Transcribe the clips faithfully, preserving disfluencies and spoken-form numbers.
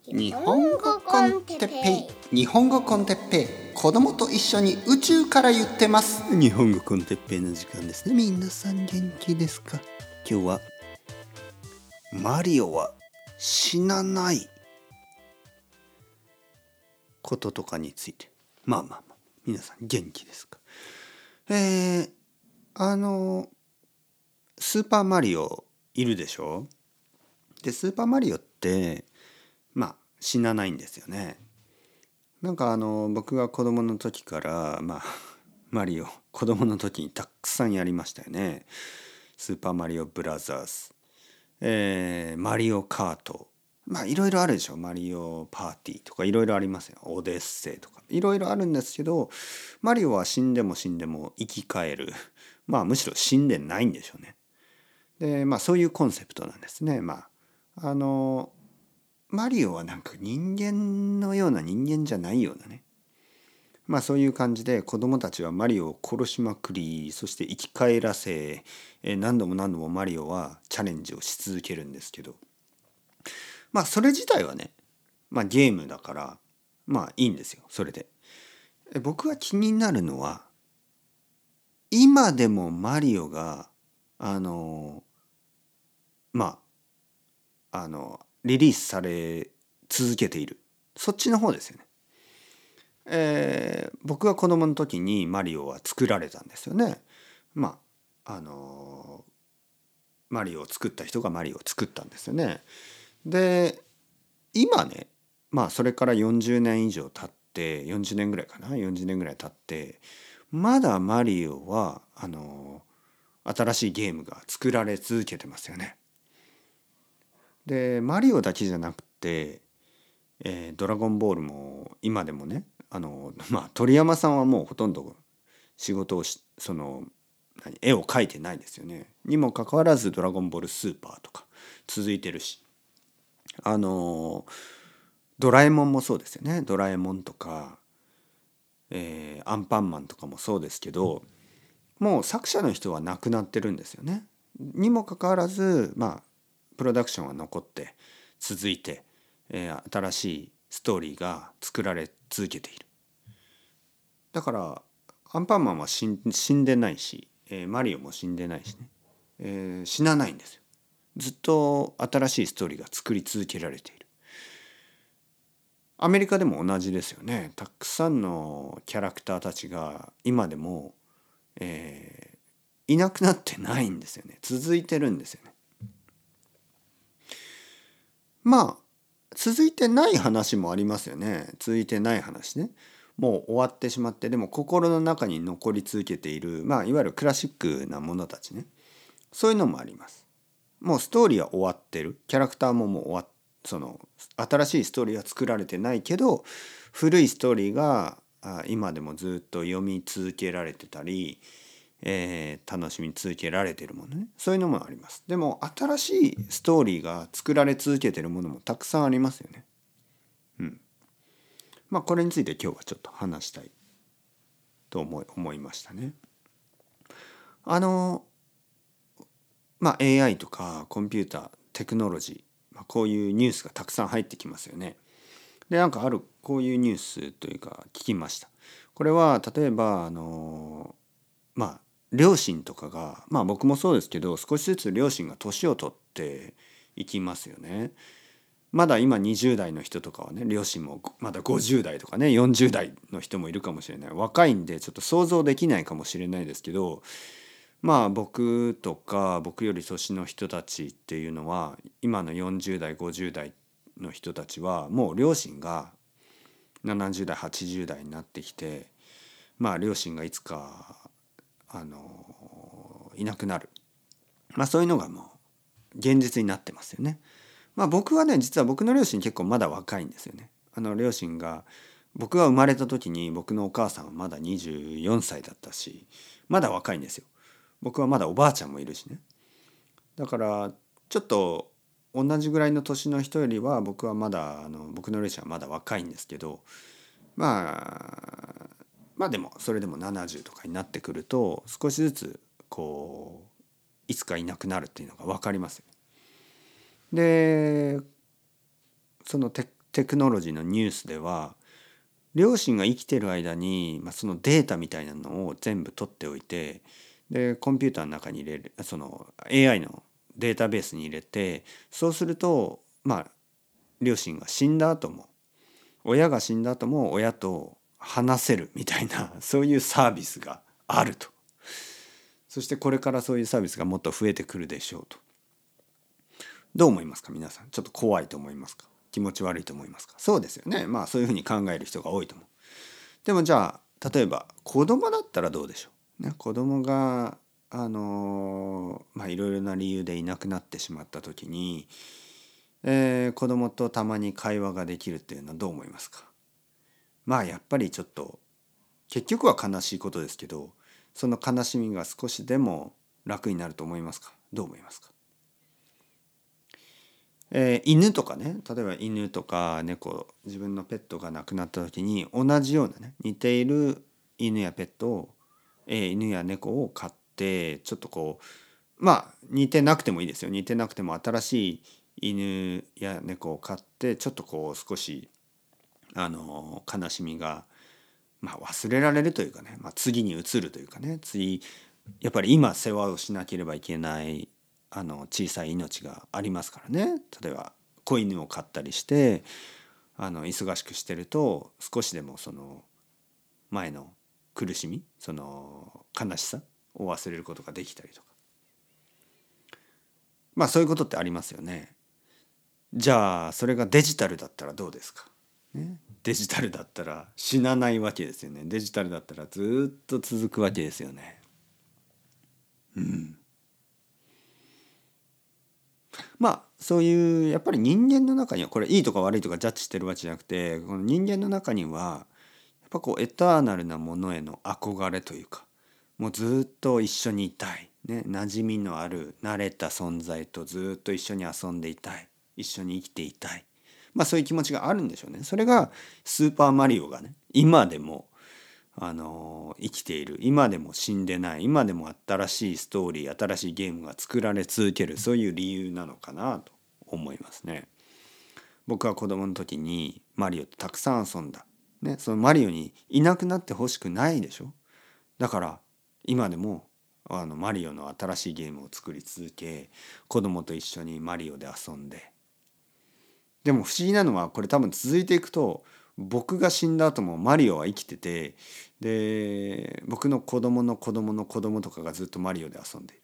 日本語コンテッペイ日本語コンテッペイ子供と一緒に宇宙から言ってます。 日本語コンテッペイの時間ですね。皆さん元気ですか？今日はマリオは死なないこととかについて、まあまあまあ皆さん元気ですか？えー、あのスーパーマリオいるでしょ？でスーパーマリオってまあ死なないんですよね。なんかあの僕が子供の時からまあマリオ子供の時にたくさんやりましたよね。スーパーマリオブラザーズ、えー、マリオカート、まあいろいろあるでしょ。マリオパーティーとかいろいろありますよ。オデッセイとかいろいろあるんですけど、マリオは死んでも死んでも生き返るまあむしろ死んでないんでしょうね。でまあそういうコンセプトなんですね。まああのマリオはなんか人間のような人間じゃないようなね。まあそういう感じで子供たちはマリオを殺しまくり、そして生き返らせ、え何度も何度もマリオはチャレンジをし続けるんですけど、まあそれ自体はね、まあゲームだからまあいいんですよ、それで。え僕が気になるのは、今でもマリオがあのまああのリリースされ続けている、そっちの方ですよね。えー、僕が子供の時にマリオは作られたんですよね。まああのーマリオを作った人がマリオを作ったんですよね。で今ね、まあそれからよんじゅうねん以上経って、よんじゅうねんぐらいかな、よんじゅうねんぐらい経ってまだマリオはあのー新しいゲームが作られ続けてますよね。でマリオだけじゃなくて、えードラゴンボールも今でもね、あのまあ鳥山さんはもうほとんど仕事をしその何絵を描いてないですよね。にもかかわらず「ドラゴンボールスーパー」とか続いてるし、あのドラえもんもそうですよね。ドラえもんとか、えーアンパンマンとかもそうですけど、もう作者の人は亡くなってるんですよね。にもかかわらずまあプロダクションは残って続いて、えー新しいストーリーが作られ続けている。だからアンパンマンは死ん、死んでないし、えーマリオも死んでないしね、えー死なないんですよ。ずっと新しいストーリーが作り続けられている。アメリカでも同じですよね。たくさんのキャラクターたちが今でも、えーいなくなってないんですよね。続いてるんですよね。まあ続いてない話もありますよね。続いてない話ね。もう終わってしまって、でも心の中に残り続けている、まあいわゆるクラシックなものたちね。そういうのもあります。もうストーリーは終わってる。キャラクターももう終わっその新しいストーリーは作られてないけど、古いストーリーがあ今でもずっと読み続けられてたり、えー楽しみ続けられてるものね。そういうのもあります。でも新しいストーリーが作られ続けてるものもたくさんありますよね。うん。まあこれについて今日はちょっと話したいと思い思いましたね。あのまあ エーアイ とかコンピューターテクノロジー、まあ、こういうニュースがたくさん入ってきますよね。でなんかあるこういうニュースというか聞きました。これは例えばあのまあ両親とかが、まあ僕もそうですけど、少しずつ両親が年を取っていきますよね。まだ今にじゅう代の人とかはね、両親もまだごじゅう代とかね、よんじゅう代の人もいるかもしれない。若いんでちょっと想像できないかもしれないですけど、まあ僕とか僕より年の人たちっていうのは今のよんじゅう代ごじゅう代の人たちはもう両親がななじゅう代はちじゅう代になってきて、まあ両親がいつかあのいなくなる、まあそういうのがもう現実になってますよね。まあ僕はね、実は僕の両親結構まだ若いんですよね。あの両親が僕が生まれた時に僕のお母さんはまだにじゅうよんさいだったし、まだ若いんですよ。僕はまだおばあちゃんもいるしね。だからちょっと同じぐらいの年の人よりは僕はまだあの僕の両親はまだ若いんですけど、まあまあでもそれでもななじゅうとかになってくると少しずつこういつかいなくなるっていうのが分かります。でそのテテクノロジーのニュースでは両親が生きてる間に、まあ、そのデータみたいなのを全部取っておいて、でコンピューターの中に入れる、その エーアイ のデータベースに入れて、そうするとまあ両親が死んだ後も親が死んだ後も親と話せるみたいなそういうサービスがあると。そしてこれからそういうサービスがもっと増えてくるでしょうと。どう思いますか皆さん。ちょっと怖いと思いますか、気持ち悪いと思いますか。そうですよね。まあそういうふうに考える人が多いと思う。でもじゃあ例えば子供だったらどうでしょう、ね、子供があのまあいろいろな理由でいなくなってしまった時に、えー、子供とたまに会話ができるっていうのはどう思いますか。まあやっぱりちょっと結局は悲しいことですけど、その悲しみが少しでも楽になると思いますか。どう思いますか。えー、犬とかね、例えば犬とか猫、自分のペットが亡くなった時に同じようなね似ている犬やペットを、えー、犬や猫を飼って、ちょっとこうまあ似てなくてもいいですよ。似てなくても新しい犬や猫を飼ってちょっとこう少しあの悲しみが、まあ、忘れられるというかね、まあ、次に移るというかね、次やっぱり今世話をしなければいけないあの小さい命がありますからね。例えば子犬を飼ったりしてあの忙しくしてると少しでもその前の苦しみ、その悲しさを忘れることができたりとか、まあそういうことってありますよね。じゃあそれがデジタルだったらどうですか、ね、デジタルだったら死なないわけですよね。デジタルだったらずっと続くわけですよね。うん。まあそういうやっぱり人間の中には、これいいとか悪いとかジャッジしてるわけじゃなくて、この人間の中にはやっぱこうエターナルなものへの憧れというか、もうずっと一緒にいたい、ね、馴染みのある慣れた存在とずっと一緒に遊んでいたい、一緒に生きていたい、まあそういう気持ちがあるんでしょうね。それがスーパーマリオがね今でもあの生きている、今でも死んでない、今でも新しいストーリー、新しいゲームが作られ続ける、そういう理由なのかなと思いますね。僕は子供の時にマリオとたくさん遊んだ、ね、そのマリオにいなくなってほしくないでしょ。だから今でもあのマリオの新しいゲームを作り続け、子供と一緒にマリオで遊んで、でも不思議なのはこれ多分続いていくと、僕が死んだ後もマリオは生きてて、で僕の子供の子供の子供とかがずっとマリオで遊んでいる。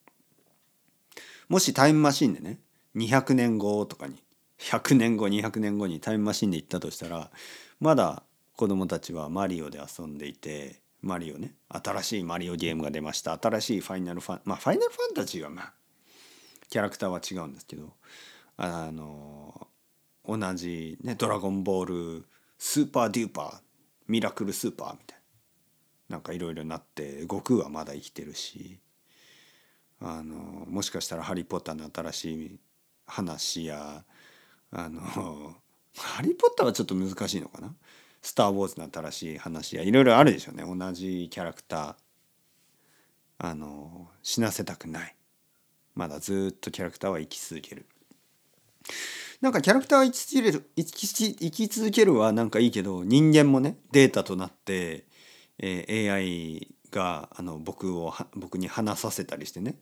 もしタイムマシンでねにひゃくねんごとかにひゃくねんごにひゃくねんごにタイムマシンで行ったとしたら、まだ子供たちはマリオで遊んでいて、マリオね、新しいマリオゲームが出ました、新しいファイナルファンまあファイナルファンタジーはまあキャラクターは違うんですけど、あの同じね、ドラゴンボールスーパーデューパーミラクルスーパーみたいな、なんかいろいろなって、悟空はまだ生きてるし、あのもしかしたらハリー・ポッターの新しい話や、あのハリー・ポッターはちょっと難しいのかな、スター・ウォーズの新しい話やいろいろあるでしょうね。同じキャラクター、あの死なせたくない、まだずっとキャラクターは生き続ける。なんかキャラクターは生き続ける生き生き続けるはなんかいいけど、人間もねデータとなって、えー、エーアイ があの僕を僕に話させたりしてね、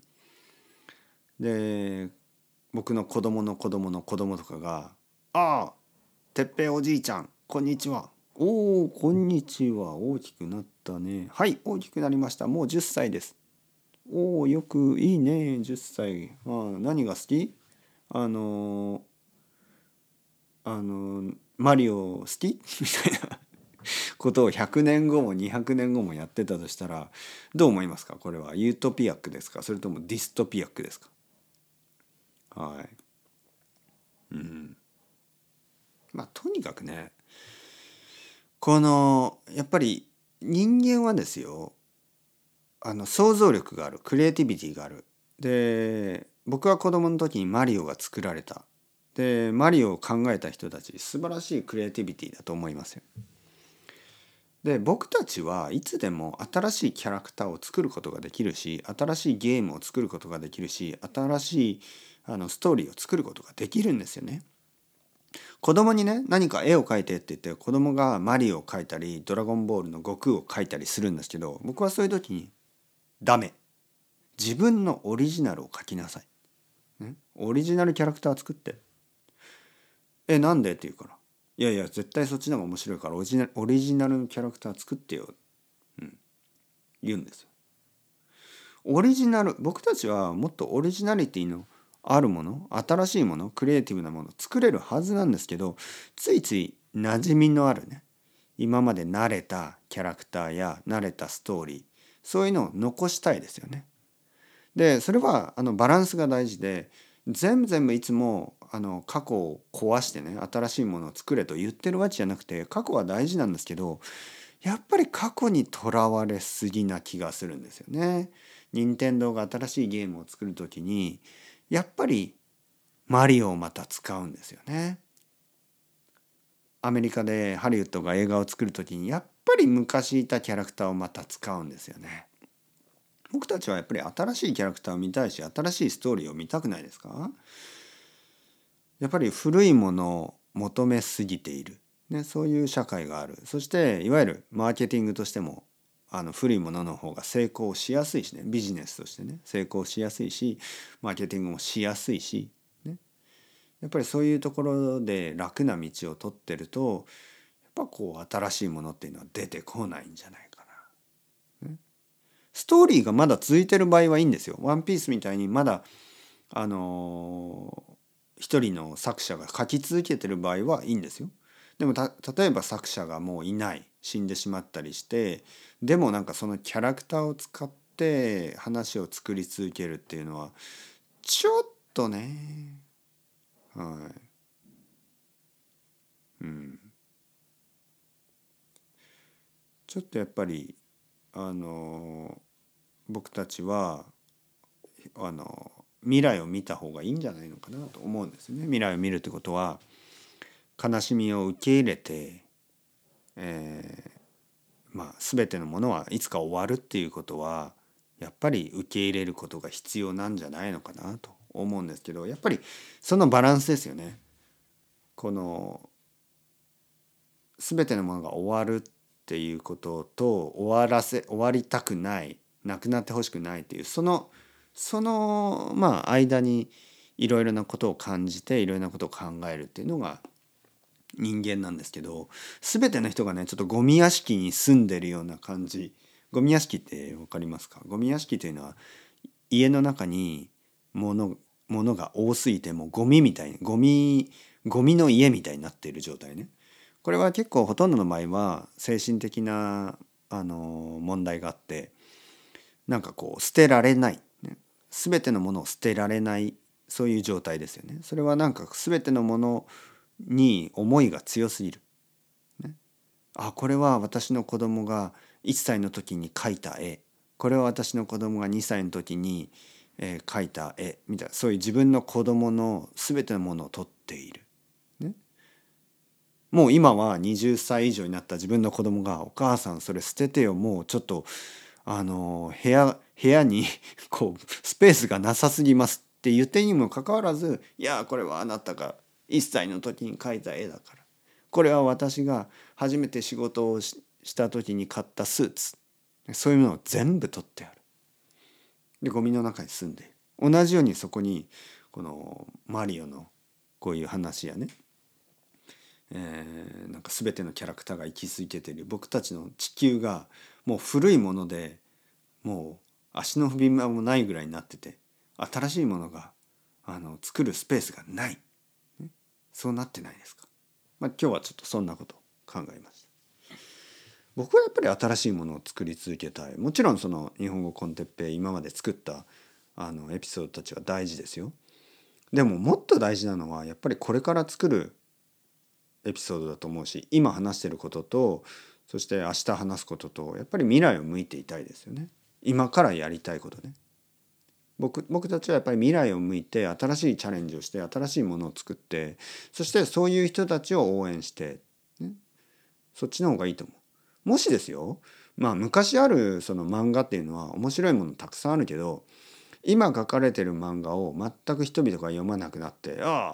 で僕の子供の子供の子供とかが「ああてっぺいおじいちゃんこんにちは」「おおこんにちは、大きくなったね、はい大きくなりました、もうじゅっさいです、おおよくいいねじゅっさい、ああ何が好き、あのあのマリオ好きみたいなことをひゃくねんごもにひゃくねんごもやってたとしたらどう思いますか。これはユートピアックですか、それともディストピアックですか。はい。うん。まあとにかくね、このやっぱり人間はですよ、あの想像力がある、クリエイティビティがある。で僕は子供の時にマリオが作られた。でマリオを考えた人たち素晴らしいクリエイティビティだと思いますよ。で僕たちはいつでも新しいキャラクターを作ることができるし、新しいゲームを作ることができるし、新しいあのストーリーを作ることができるんですよね。 子供にね何か絵を描いてって言って子供がマリオを描いたりドラゴンボールの悟空を描いたりするんですけど、僕はそういう時にダメ、自分のオリジナルを描きなさい、ね、オリジナルキャラクター作って。えなんでって言うから、いやいや絶対そっちの方が面白いからオリジナルオリジナルのキャラクター作ってよ、うん、言うんですよ。オリジナル、僕たちはもっとオリジナリティのあるもの、新しいもの、クリエイティブなもの作れるはずなんですけど、ついつい馴染みのあるね、今まで慣れたキャラクターや慣れたストーリー、そういうのを残したいですよね。でそれはあのバランスが大事で、全部全部いつもあの過去を壊してね新しいものを作れと言ってるわけじゃなくて、過去は大事なんですけど、やっぱり過去にとらわれすぎな気がするんですよね。任天堂が新しいゲームを作るときにやっぱりマリオをまた使うんですよね。アメリカでハリウッドが映画を作るときにやっぱり昔いたキャラクターをまた使うんですよね。僕たちはやっぱり新しいキャラクターを見たいし、新しいストーリーを見たくないですか？やっぱり古いものを求めすぎている、ね、そういう社会がある。そしていわゆるマーケティングとしてもあの古いものの方が成功しやすいしね、ビジネスとしてね成功しやすいし、マーケティングもしやすいし、ね、やっぱりそういうところで楽な道を取ってると、やっぱこう新しいものっていうのは出てこないんじゃないかな、ね、ストーリーがまだ続いてる場合はいいんですよ。ワンピースみたいにまだあのー一人の作者が書き続けてる場合はいいんですよ。でもた例えば作者がもういない、死んでしまったりして、でもなんかそのキャラクターを使って話を作り続けるっていうのはちょっとね、はい、うん、ちょっとやっぱりあの僕たちはあの未来を見た方がいいんじゃないのかなと思うんですよね。未来を見るってことは悲しみを受け入れて、えー、まあ全てのものはいつか終わるっていうことはやっぱり受け入れることが必要なんじゃないのかなと思うんですけど、やっぱりそのバランスですよね。この全てのものが終わるっていうことと終わらせ終わりたくない、なくなってほしくないっていうそのそのまあ間にいろいろなことを感じていろいろなことを考えるっていうのが人間なんですけど、全ての人がねちょっとゴミ屋敷に住んでるような感じ。ゴミ屋敷って分かりますか？ゴミ屋敷というのは家の中に物物が多すぎてもうゴミみたいにゴミゴミの家みたいになっている状態ね。これは結構ほとんどの場合は精神的なあの問題があって、なんかこう捨てられない、ね、全てのものを捨てられない、そういう状態ですよね。それはなんか全てのものに思いが強すぎる、ね、あこれは私の子供がいっさいの時に描いた絵、これは私の子供がにさいの時に、えー描いた絵みたいな、そういう自分の子供の全てのものを撮っている、ね、もう今ははたち以上になった自分の子供が「お母さんそれ捨ててよ、もうちょっとあの部屋部屋にこうスペースがなさすぎます」って言ってにもかかわらず「いやこれはあなたがいっさいの時に描いた絵だから、これは私が初めて仕事をしした時に買ったスーツ」、そういうものを全部取ってある。でゴミの中に住んでいる。同じようにそこにこのマリオのこういう話やね、えー、なんか全てのキャラクターが行き過ぎている僕たちの地球がもう古いもので、もう足の踏み場もないぐらいになってて、新しいものがあの作るスペースがない、ね、そうなってないですか？まあ、今日はちょっとそんなことを考えました。僕はやっぱり新しいものを作り続けたい。もちろんその日本語コンテッペイ今まで作ったあのエピソードたちは大事ですよ。でももっと大事なのはやっぱりこれから作るエピソードだと思うし、今話してることとそして明日話すこととやっぱり未来を向いていたいですよね。今からやりたいことね。僕僕たちはやっぱり未来を向いて新しいチャレンジをして新しいものを作って、そしてそういう人たちを応援して、ね、そっちの方がいいと思う。もしですよ、まあ昔あるその漫画っていうのは面白いものたくさんあるけど、今書かれてる漫画を全く人々が読まなくなって、ああ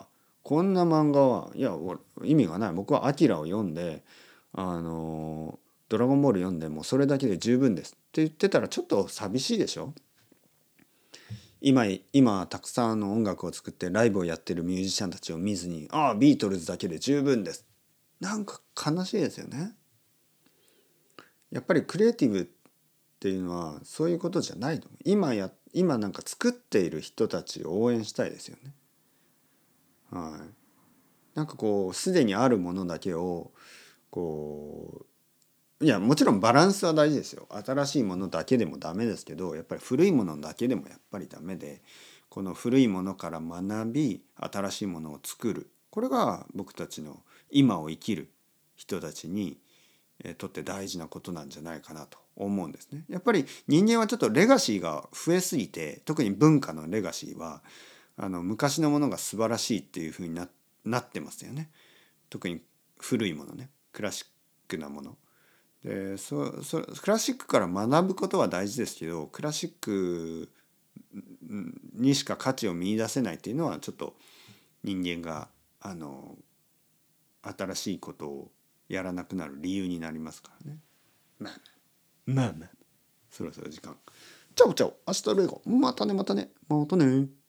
こんな漫画はいや意味がない。僕はアキラを読んであのドラゴンボール読んでもうそれだけで十分ですって言ってたらちょっと寂しいでしょ。今今たくさんの音楽を作ってライブをやってるミュージシャンたちを見ずにああビートルズだけで十分ですなんか悲しいですよね。やっぱりクリエイティブっていうのはそういうことじゃないと思う。今や今なんか作っている人たちを応援したいですよね。はい。なんかこうすでにあるものだけをこういやもちろんバランスは大事ですよ。新しいものだけでもダメですけどやっぱり古いものだけでもやっぱりダメでこの古いものから学び新しいものを作るこれが僕たちの今を生きる人たちにとって大事なことなんじゃないかなと思うんですね。やっぱり人間はちょっとレガシーが増えすぎて特に文化のレガシーはあの昔のものが素晴らしいっていうふうにな、なってますよね。特に古いものねクラシックなものでそそクラシックから学ぶことは大事ですけどクラシックにしか価値を見出せないっていうのはちょっと人間があの新しいことをやらなくなる理由になりますからね。まあまあまあそろそろ時間。チャオチャオ明日レゴまたねまたねまたね。